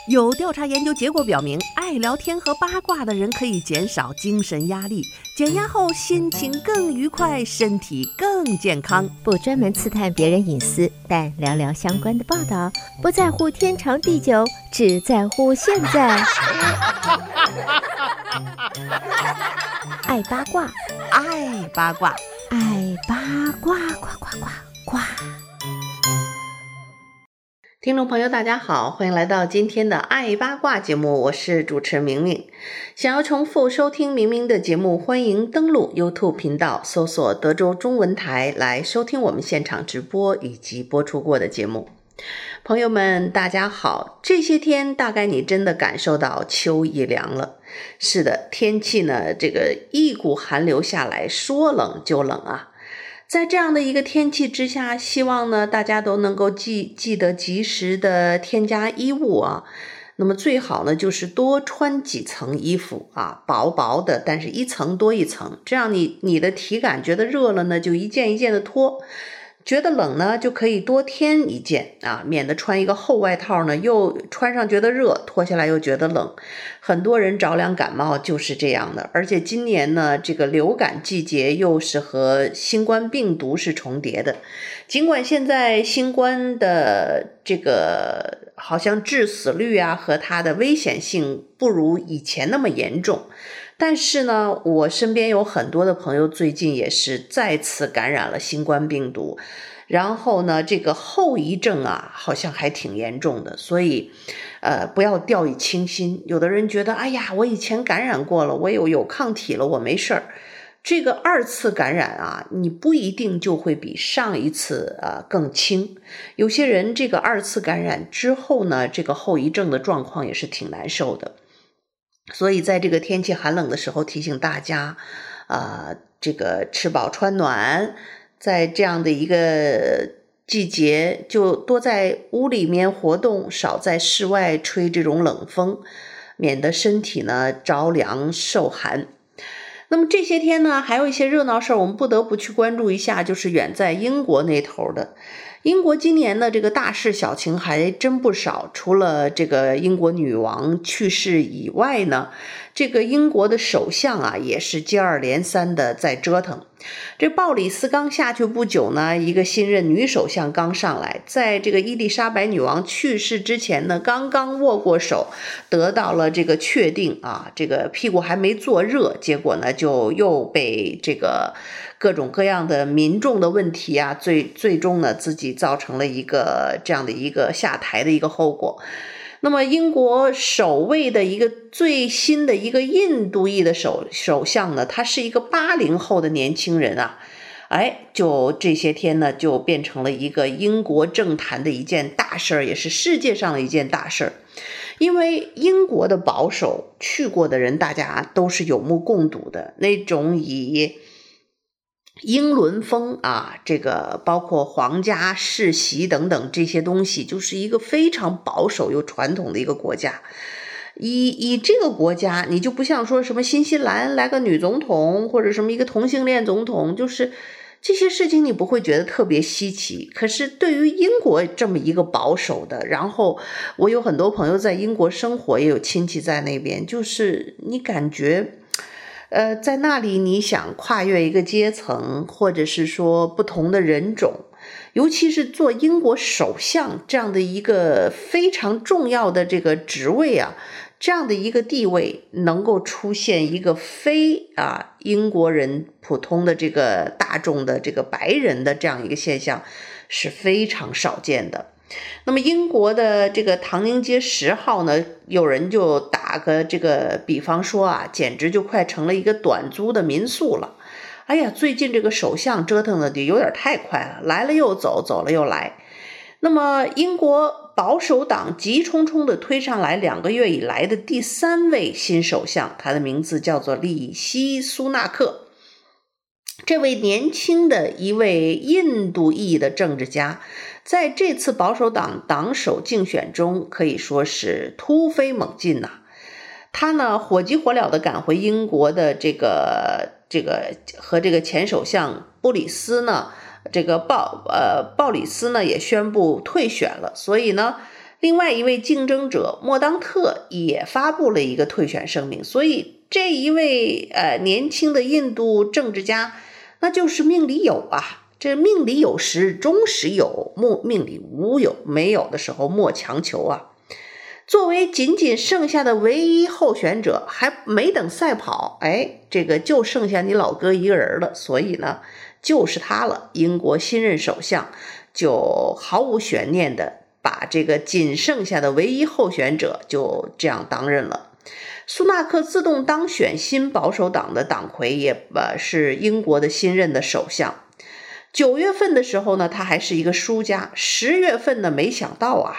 有调查研究结果表明，爱聊天和八卦的人可以减少精神压力，减压后心情更愉快，身体更健康。 不专门刺探别人隐私，但聊聊相关的报道，不在乎天长地久，只在乎现在。爱八卦， 爱八卦， 爱八卦，呱呱呱呱。 听众朋友大家好，欢迎来到今天的爱八卦节目，我是主持人明明。想要重复收听明明的节目，欢迎登录 YouTube 频道，搜索德州中文台来收听我们现场直播以及播出过的节目。朋友们大家好，这些天大概你真的感受到秋意凉了。是的，天气呢这个一股寒流下来，说冷就冷啊。在这样的一个天气之下，希望呢大家都能够记得及时的添加衣物啊。那么最好呢就是多穿几层衣服啊，薄薄的，但是一层多一层，这样你的体感觉得热了呢，就一件一件的脱。觉得冷呢，就可以多添一件啊，免得穿一个厚外套呢，又穿上觉得热，脱下来又觉得冷。很多人着凉感冒就是这样的，而且今年呢，这个流感季节又是和新冠病毒是重叠的。尽管现在新冠的这个好像致死率啊和它的危险性不如以前那么严重，但是呢，我身边有很多的朋友最近也是再次感染了新冠病毒，然后呢，这个后遗症啊，好像还挺严重的，所以，不要掉以轻心。有的人觉得，哎呀，我以前感染过了，我有抗体了，我没事儿。这个二次感染啊，你不一定就会比上一次更轻。有些人这个二次感染之后呢，这个后遗症的状况也是挺难受的。所以在这个天气寒冷的时候，提醒大家这个吃饱穿暖，在这样的一个季节就多在屋里面活动，少在室外吹这种冷风，免得身体呢着凉受寒。那么这些天呢，还有一些热闹事儿，我们不得不去关注一下，就是远在英国那头的。英国今年的这个大事小情还真不少，除了这个英国女王去世以外呢，这个英国的首相啊也是接二连三的在折腾。这鲍里斯刚下去不久呢，一个新任女首相刚上来，在这个伊丽莎白女王去世之前呢，刚刚握过手，得到了这个确定啊，这个屁股还没坐热，结果呢就又被这个各种各样的民众的问题啊，最终呢自己造成了一个这样的一个下台的一个后果。那么英国首位的一个最新的一个印度裔的首相呢，他是一个80后的年轻人啊，就这些天呢就变成了一个英国政坛的一件大事儿，也是世界上的一件大事儿。因为英国的保守去过的人大家都是有目共睹的，那种以英伦风啊，这个包括皇家世袭等等这些东西，就是一个非常保守又传统的一个国家。以这个国家，你就不像说什么新西兰来个女总统，或者什么一个同性恋总统，就是这些事情你不会觉得特别稀奇。可是对于英国这么一个保守的，然后我有很多朋友在英国生活，也有亲戚在那边，就是你感觉在那里你想跨越一个阶层，或者是说不同的人种，尤其是做英国首相这样的一个非常重要的这个职位啊，这样的一个地位能够出现一个非英国人普通的这个大众的这个白人的这样一个现象是非常少见的。那么英国的这个唐宁街10号呢，有人就打个这个比方说啊，简直就快成了一个短租的民宿了。哎呀，最近这个首相折腾的就有点太快了，来了又走，走了又来。那么英国保守党急冲冲地推上来2个月以来的第3位新首相，他的名字叫做里希·苏纳克。这位年轻的一位印度裔的政治家，在这次保守党党首竞选中可以说是突飞猛进呐。他呢火急火燎地赶回英国的这个和这个前首相布里斯呢，这个鲍里斯呢也宣布退选了，所以呢另外一位竞争者莫当特也发布了一个退选声明，所以这一位年轻的印度政治家，那就是命里有啊，这命里有时终时有，命里无有，没有的时候莫强求啊。作为仅仅剩下的唯一候选者，还没等赛跑，这个就剩下你老哥一个人了，所以呢就是他了。英国新任首相就毫无悬念的把这个仅剩下的唯一候选者就这样当任了。苏纳克自动当选新保守党的党魁，也是英国的新任的首相。9月份的时候呢，他还是一个输家。10月份呢，没想到啊，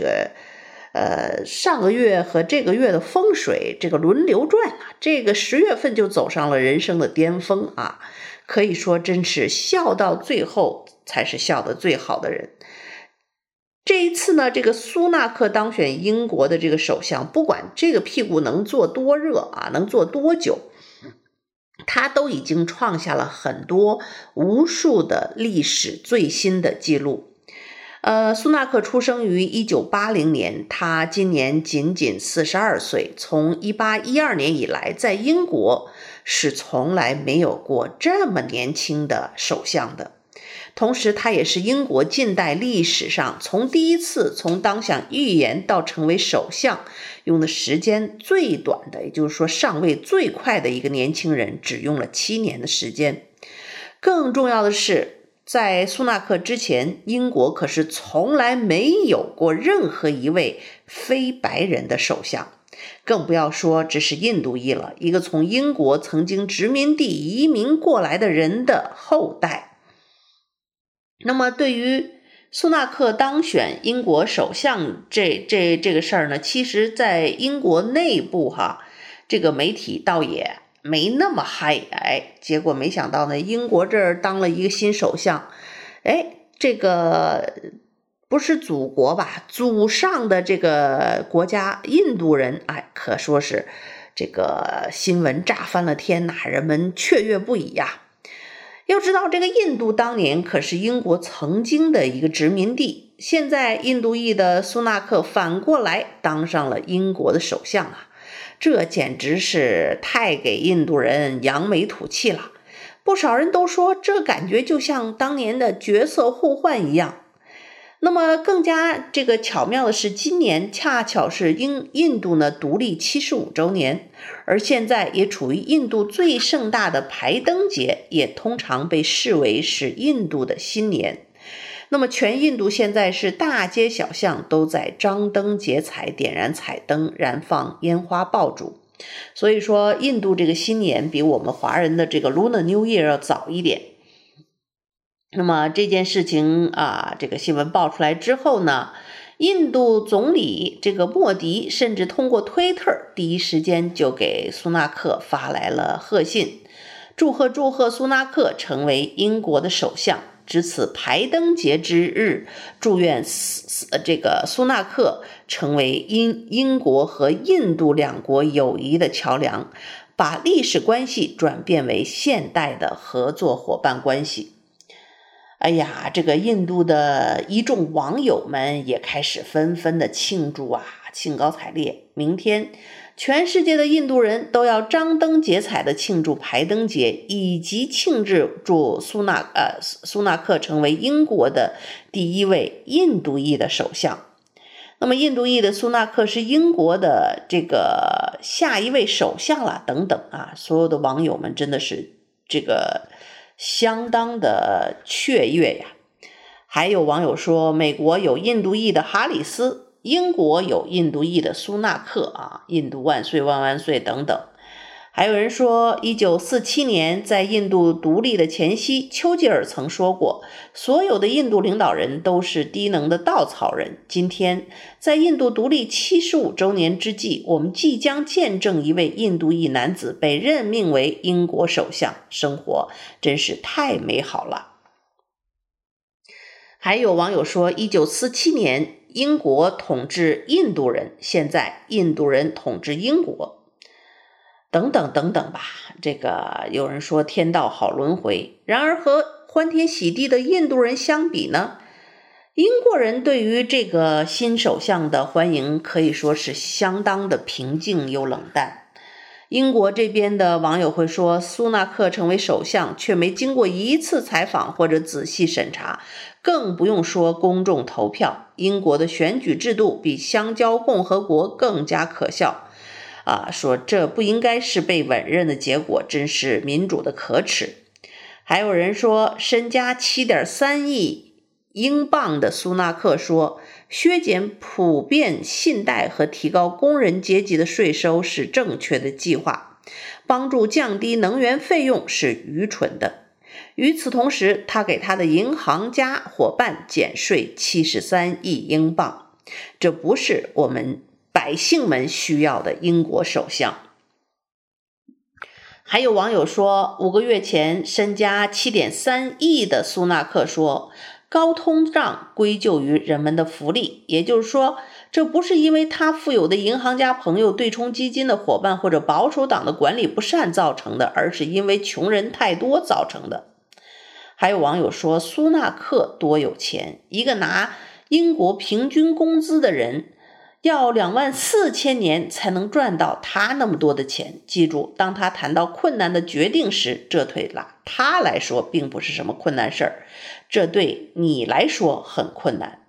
上个月和这个月的风水这个轮流转啊，这个10月份就走上了人生的巅峰啊，可以说真是笑到最后才是笑得最好的人。这一次呢，这个苏纳克当选英国的这个首相，不管这个屁股能坐多热啊，能坐多久，他都已经创下了很多无数的历史最新的记录。苏纳克出生于1980年，他今年仅仅42岁。从1812年以来，在英国是从来没有过这么年轻的首相的。同时他也是英国近代历史上从第一次从当选议员到成为首相用的时间最短的，也就是说上位最快的一个年轻人，只用了7年的时间。更重要的是，在苏纳克之前，英国可是从来没有过任何一位非白人的首相，更不要说只是印度裔了，一个从英国曾经殖民地移民过来的人的后代。那么对于苏纳克当选英国首相这个事儿呢，其实在英国内部这个媒体倒也没那么嗨，结果没想到呢，英国这儿当了一个新首相，这个不是祖国吧，祖上的这个国家印度人，可说是这个新闻炸翻了天呐，人们雀跃不已呀。要知道，这个印度当年可是英国曾经的一个殖民地，现在印度裔的苏纳克反过来当上了英国的首相啊，这简直是太给印度人扬眉吐气了。不少人都说，这感觉就像当年的角色互换一样。那么更加这个巧妙的是，今年恰巧是印度呢独立75周年，而现在也处于印度最盛大的排灯节，也通常被视为是印度的新年。那么全印度现在是大街小巷都在张灯结彩，点燃彩灯，燃放烟花爆竹。所以说印度这个新年比我们华人的这个 Lunar New Year 要早一点。那么这件事情这个新闻爆出来之后呢，印度总理这个莫迪甚至通过推特第一时间就给苏纳克发来了贺信，祝贺苏纳克成为英国的首相，值此排灯节之日，祝愿这个苏纳克成为英国和印度两国友谊的桥梁，把历史关系转变为现代的合作伙伴关系。这个印度的一众网友们也开始纷纷的庆祝兴高采烈。明天全世界的印度人都要张灯结彩的庆祝排灯节，以及庆祝苏纳克成为英国的第一位印度裔的首相。那么印度裔的苏纳克是英国的这个下一位首相了，等等所有的网友们真的是这个相当的雀跃呀。还有网友说，美国有印度裔的哈里斯，英国有印度裔的苏纳克印度万岁万万岁等等。还有人说1947年在印度独立的前夕，丘吉尔曾说过，所有的印度领导人都是低能的稻草人。今天在印度独立75周年之际，我们即将见证一位印度裔男子被任命为英国首相，生活真是太美好了。还有网友说1947年英国统治印度人，现在印度人统治英国，等等等等吧。这个有人说天道好轮回，然而和欢天喜地的印度人相比呢， 英国人对于这个新首相的欢迎可以说是相当的平静又冷淡。英国这边的网友会说，苏纳克成为首相却没经过一次采访或者仔细审查，更不用说公众投票。英国的选举制度比香蕉共和国更加可笑说这不应该是被委任的结果，真是民主的可耻。还有人说，身家 7.3 亿英镑的苏纳克说，削减普遍信贷和提高工人阶级的税收是正确的计划，帮助降低能源费用是愚蠢的。与此同时，他给他的银行家伙伴减税73亿英镑，这不是我们百姓们需要的英国首相。还有网友说，5个月前身家 7.3 亿的苏纳克说，高通胀归咎于人们的福利，也就是说，这不是因为他富有的银行家朋友、对冲基金的伙伴或者保守党的管理不善造成的，而是因为穷人太多造成的。还有网友说，苏纳克多有钱，一个拿英国平均工资的人要24000年才能赚到他那么多的钱。记住，当他谈到困难的决定时，这对他来说并不是什么困难事儿，这对你来说很困难。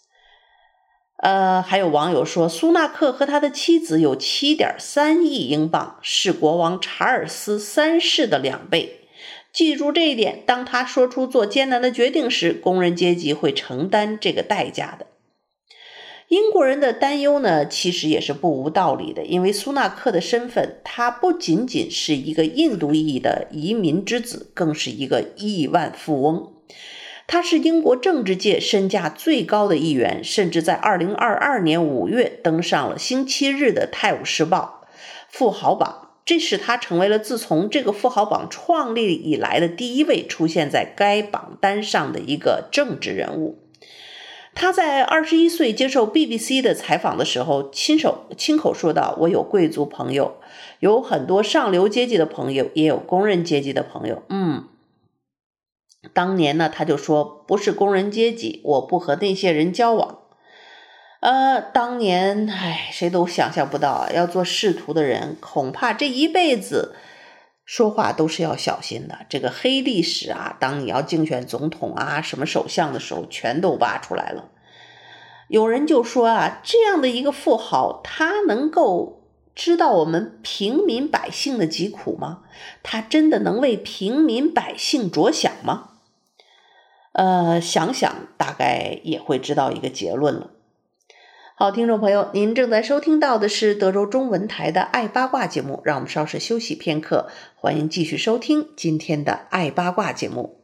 还有网友说，苏纳克和他的妻子有 7.3 亿英镑，是国王查尔斯3世的2倍。记住这一点，当他说出做艰难的决定时，工人阶级会承担这个代价的。英国人的担忧呢，其实也是不无道理的，因为苏纳克的身份，他不仅仅是一个印度裔的移民之子，更是一个亿万富翁。他是英国政治界身价最高的一员，甚至在2022年5月登上了星期日的《泰晤士报》富豪榜，这使他成为了自从这个富豪榜创立以来的第一位出现在该榜单上的一个政治人物。他在21岁接受 BBC 的采访的时候，亲口说道，我有贵族朋友，有很多上流阶级的朋友，也有工人阶级的朋友。当年呢，他就说，不是工人阶级，我不和那些人交往。当年谁都想象不到要做仕途的人恐怕这一辈子说话都是要小心的。这个黑历史当你要竞选总统什么首相的时候全都挖出来了。有人就说这样的一个富豪，他能够知道我们平民百姓的疾苦吗？他真的能为平民百姓着想吗？想想大概也会知道一个结论了。好，听众朋友，您正在收听到的是德州中文台的爱八卦节目，让我们稍事休息片刻，欢迎继续收听今天的爱八卦节目。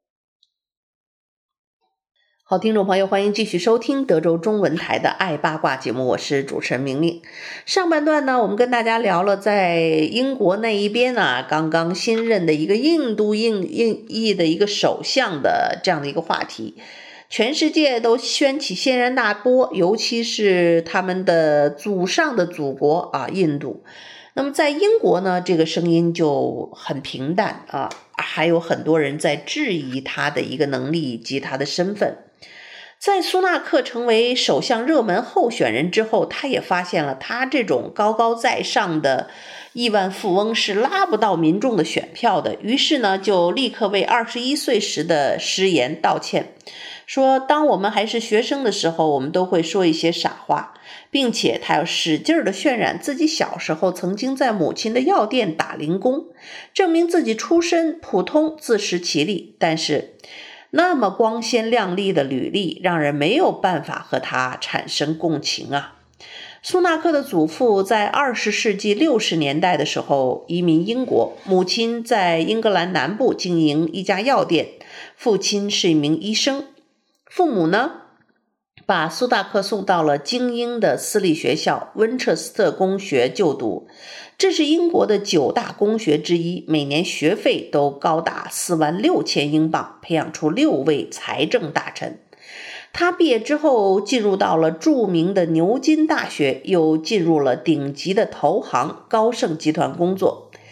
好，听众朋友，欢迎继续收听德州中文台的爱八卦节目，我是主持人明明。上半段呢，我们跟大家聊了在英国那一边刚刚新任的一个印度裔的一个首相的这样的一个话题。全世界都掀起轩然大波，尤其是他们的祖上的祖国印度。那么在英国呢，这个声音就很平淡还有很多人在质疑他的一个能力以及他的身份。在苏纳克成为首相热门候选人之后，他也发现了他这种高高在上的亿万富翁是拉不到民众的选票的，于是呢，就立刻为21岁时的失言道歉，说当我们还是学生的时候，我们都会说一些傻话，并且他要使劲地渲染自己小时候曾经在母亲的药店打零工，证明自己出身普通，自食其力。但是那么光鲜亮丽的履历让人没有办法和他产生共情苏纳克的祖父在20世纪60年代的时候移民英国，母亲在英格兰南部经营一家药店，父亲是一名医生。父母呢，把苏纳克送到了精英的私立学校温彻斯特公学就读，这是英国的9大公学之一，每年学费都高达46000英镑，培养出6位财政大臣。他毕业之后进入到了著名的牛津大学，又进入了顶级的投行高盛集团工作。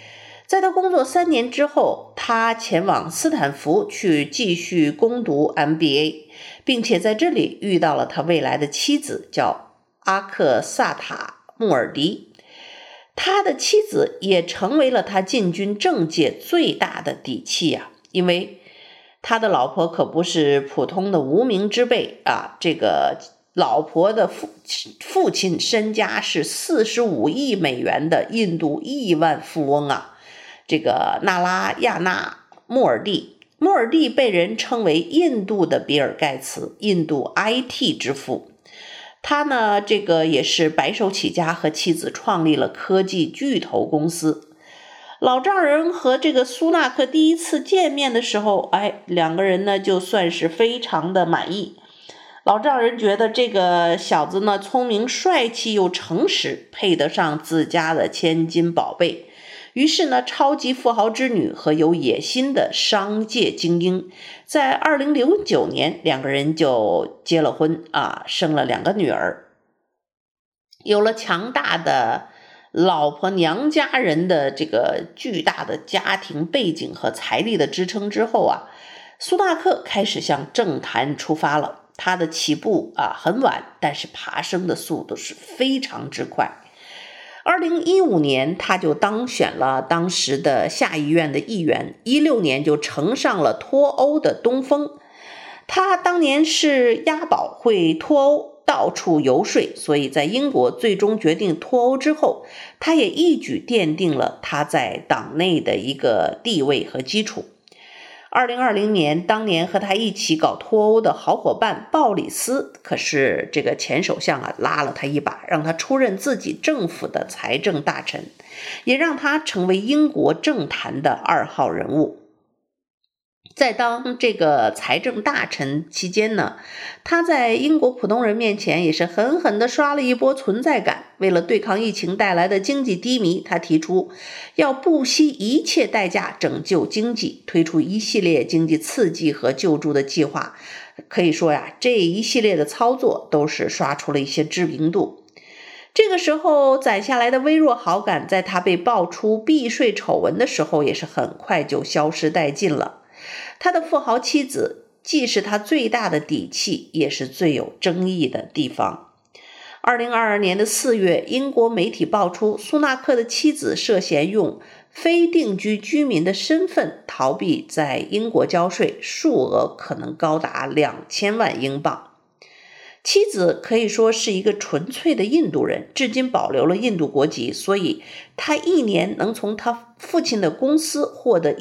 在他工作3年之后，他前往斯坦福去继续攻读 MBA， 并且在这里遇到了他未来的妻子，叫阿克萨塔·穆尔迪。他的妻子也成为了他进军政界最大的底气啊，因为他的老婆可不是普通的无名之辈啊，这个老婆的父亲身家是45亿美元的印度亿万富翁啊。这个纳拉亚纳·穆尔蒂被人称为印度的比尔盖茨，印度 IT 之父。他呢，这个也是白手起家，和妻子创立了科技巨头公司。老丈人和这个苏纳克第一次见面的时候，两个人呢就算是非常的满意。老丈人觉得这个小子呢聪明帅气又诚实，配得上自家的千金宝贝。于是呢，超级富豪之女和有野心的商界精英，在2009年两个人就结了婚啊，生了2个女儿。有了强大的老婆娘家人的这个巨大的家庭背景和财力的支撑之后啊，苏纳克开始向政坛出发了。他的起步很晚，但是爬升的速度是非常之快。2015年他就当选了当时的下议院的议员，16年就乘上了脱欧的东风。他当年是押宝会脱欧，到处游说，所以在英国最终决定脱欧之后，他也一举奠定了他在党内的一个地位和基础。2020年，当年和他一起搞脱欧的好伙伴鲍里斯，可是这个前首相拉了他一把，让他出任自己政府的财政大臣，也让他成为英国政坛的2号人物。在当这个财政大臣期间呢，他在英国普通人面前也是狠狠地刷了一波存在感。为了对抗疫情带来的经济低迷，他提出要不惜一切代价拯救经济，推出一系列经济刺激和救助的计划。可以说呀，这一系列的操作都是刷出了一些知名度。这个时候攒下来的微弱好感，在他被爆出避税丑闻的时候也是很快就消失殆尽了。他的富豪妻子既是他最大的底气，也是最有争议的地方。2022年的4月，英国媒体爆出苏纳克的妻子涉嫌用非定居居民的身份逃避在英国交税，数额可能高达2000万英镑。妻子可以说是一个纯粹的印度人，至今保留了印度国籍，所以他1年能从他父亲的公司获得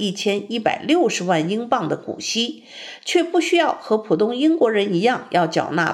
1160万英镑的股息，却不需要和普通英国人一样要缴纳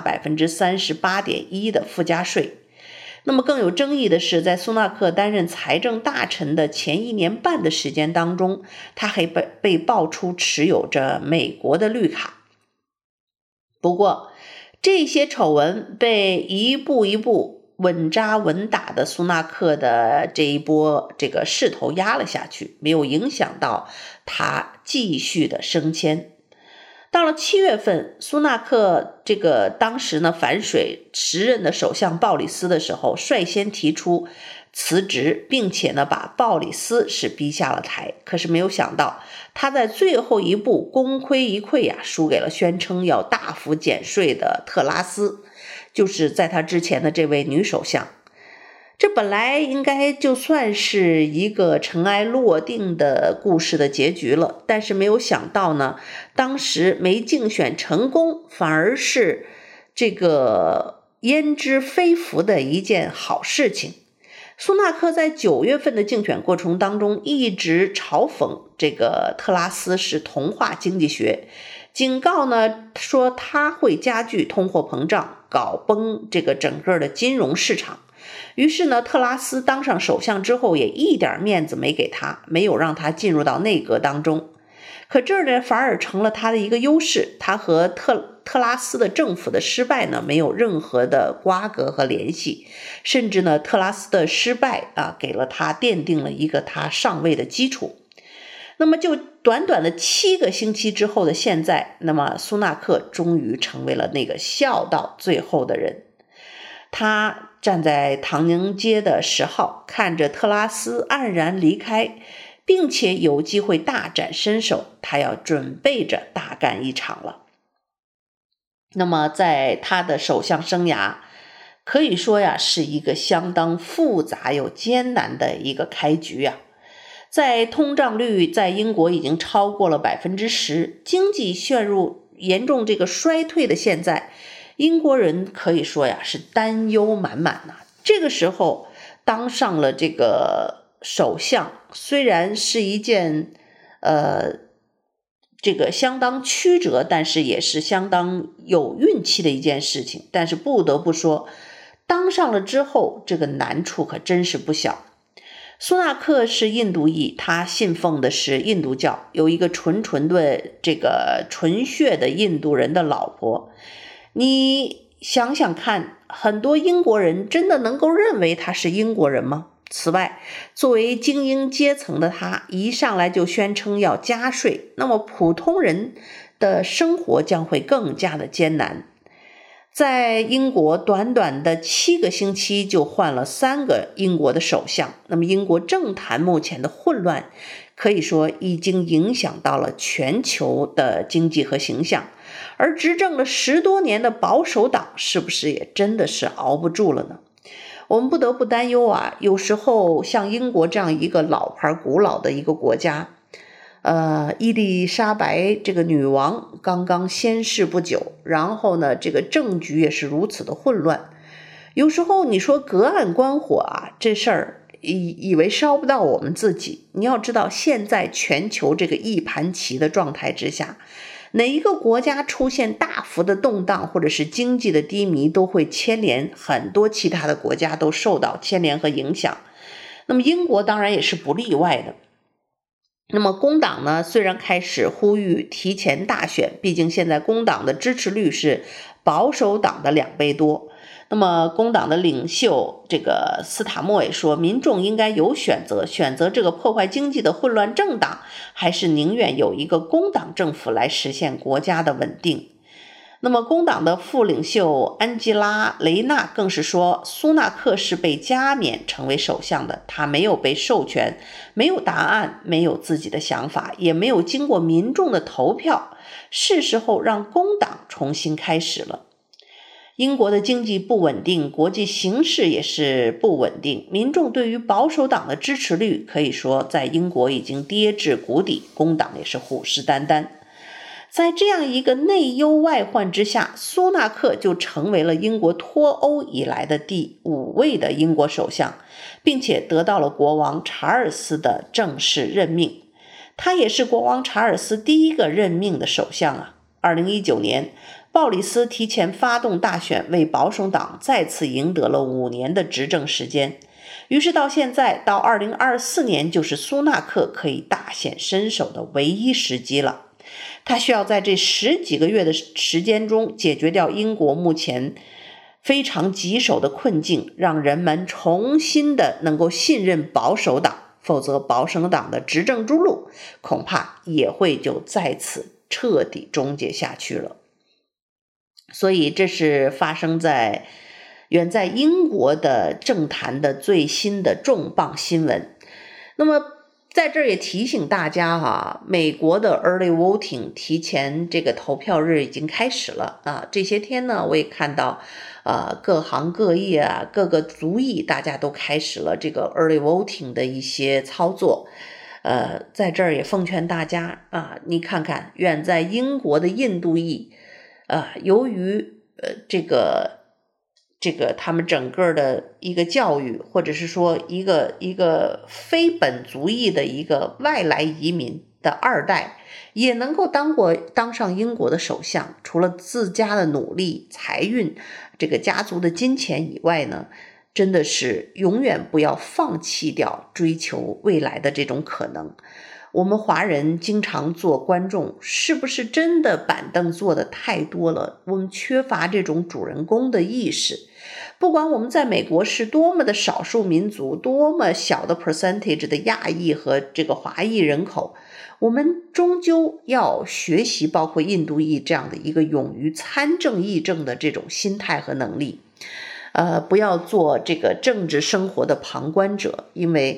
38.1% 的附加税。那么更有争议的是，在苏纳克担任财政大臣的前1年半的时间当中，他还被爆出持有着美国的绿卡。不过这些丑闻被一步一步稳扎稳打的苏纳克的这一波这个势头压了下去，没有影响到他继续的升迁。到了7月份，苏纳克这个当时呢反水时任的首相鲍里斯的时候，率先提出辞职，并且呢把鲍里斯是逼下了台。可是没有想到，他在最后一步功亏一篑呀，输给了宣称要大幅减税的特拉斯，就是在他之前的这位女首相。这本来应该就算是一个尘埃落定的故事的结局了，但是没有想到呢，当时没竞选成功，反而是这个焉知非福的一件好事情。苏纳克在9月份的竞选过程当中一直嘲讽这个特拉斯是童话经济学，警告呢说他会加剧通货膨胀，搞崩这个整个的金融市场。于是呢，特拉斯当上首相之后也一点面子没给他，没有让他进入到内阁当中。可这儿呢反而成了他的一个优势，他和特拉斯的政府的失败呢没有任何的瓜葛和联系，甚至呢特拉斯的失败给了他奠定了一个他上位的基础。那么就短短的7个星期之后的现在，那么苏纳克终于成为了那个笑到最后的人。他站在唐宁街的10号，看着特拉斯黯然离开， 并且有机会大展身手，他要准备着大干一场了。那么在他的首相生涯可以说呀，是一个相当复杂又艰难的一个开局呀。在通胀率在英国已经超过了 10%， 经济陷入严重这个衰退的现在，英国人可以说呀是担忧满满呐。这个时候当上了这个首相，虽然是一件这个相当曲折，但是也是相当有运气的一件事情。但是不得不说，当上了之后，这个难处可真是不小。苏纳克是印度裔，他信奉的是印度教，有一个纯血的印度人的老婆。你想想看，很多英国人真的能够认为他是英国人吗？此外，作为精英阶层的他，一上来就宣称要加税，那么普通人的生活将会更加的艰难。在英国短短的7个星期就换了3个英国的首相，那么英国政坛目前的混乱可以说已经影响到了全球的经济和形象，而执政了10多年的保守党是不是也真的是熬不住了呢？我们不得不担忧啊，有时候像英国这样一个老牌古老的一个国家，伊丽莎白这个女王刚刚仙逝不久，然后呢，这个政局也是如此的混乱。有时候你说隔岸观火啊，这事儿以为烧不到我们自己。你要知道，现在全球这个一盘棋的状态之下，哪一个国家出现大幅的动荡或者是经济的低迷，都会牵连很多其他的国家都受到牵连和影响。那么英国当然也是不例外的。那么工党呢，虽然开始呼吁提前大选，毕竟现在工党的支持率是保守党的2倍多。那么工党的领袖这个斯塔默也说，民众应该有选择这个破坏经济的混乱政党，还是宁愿有一个工党政府来实现国家的稳定。那么工党的副领袖安吉拉·雷纳更是说，苏纳克是被加冕成为首相的，他没有被授权，没有答案，没有自己的想法，也没有经过民众的投票，是时候让工党重新开始了。英国的经济不稳定，国际形势也是不稳定，民众对于保守党的支持率可以说在英国已经跌至谷底，工党也是虎视眈眈。在这样一个内忧外患之下，苏纳克就成为了英国脱欧以来的第5位的英国首相，并且得到了国王查尔斯的正式任命。他也是国王查尔斯第1个任命的首相啊。2019年，鲍里斯提前发动大选，为保守党再次赢得了5年的执政时间。于是到现在，到2024年，就是苏纳克可以大显身手的唯一时机了。他需要在这10几个月的时间中解决掉英国目前非常棘手的困境，让人们重新的能够信任保守党，否则保守党的执政之路恐怕也会就在此彻底终结下去了。所以这是发生在远在英国的政坛的最新的重磅新闻。那么在这儿也提醒大家美国的 early voting 提前这个投票日已经开始了啊。这些天呢，我也看到各行各业啊，各个族裔大家都开始了这个 early voting 的一些操作。在这儿也奉劝大家你看看远在英国的印度裔由于这个他们整个的一个教育，或者是说一个非本族裔的一个外来移民的2代，也能够当上英国的首相，除了自家的努力、财运、这个家族的金钱以外呢，真的是永远不要放弃掉追求未来的这种可能。我们华人经常做观众，是不是真的板凳坐的太多了？我们缺乏这种主人公的意识。不管我们在美国是多么的少数民族，多么小的 percentage 的亚裔和这个华裔人口，我们终究要学习包括印度裔这样的一个勇于参政议政的这种心态和能力。不要做这个政治生活的旁观者，因为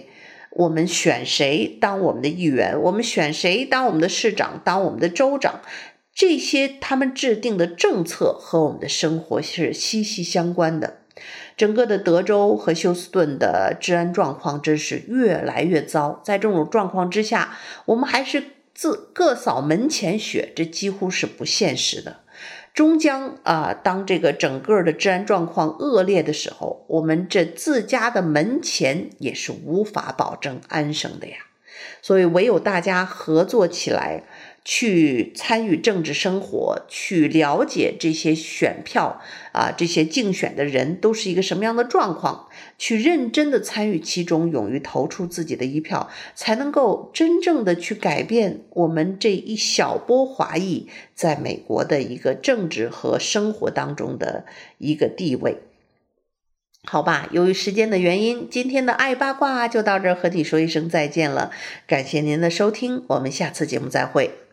我们选谁当我们的议员，我们选谁当我们的市长，当我们的州长，这些他们制定的政策和我们的生活是息息相关的。整个的德州和休斯顿的治安状况真是越来越糟，在这种状况之下，我们还是各扫门前雪，这几乎是不现实的。终将当这个整个的治安状况恶劣的时候，我们这自家的门前也是无法保证安生的呀。所以唯有大家合作起来，去参与政治生活，去了解这些选票这些竞选的人都是一个什么样的状况，去认真的参与其中，勇于投出自己的一票，才能够真正的去改变我们这一小波华裔在美国的一个政治和生活当中的一个地位。好吧，由于时间的原因，今天的爱八卦就到这儿，和你说一声再见了。感谢您的收听，我们下次节目再会。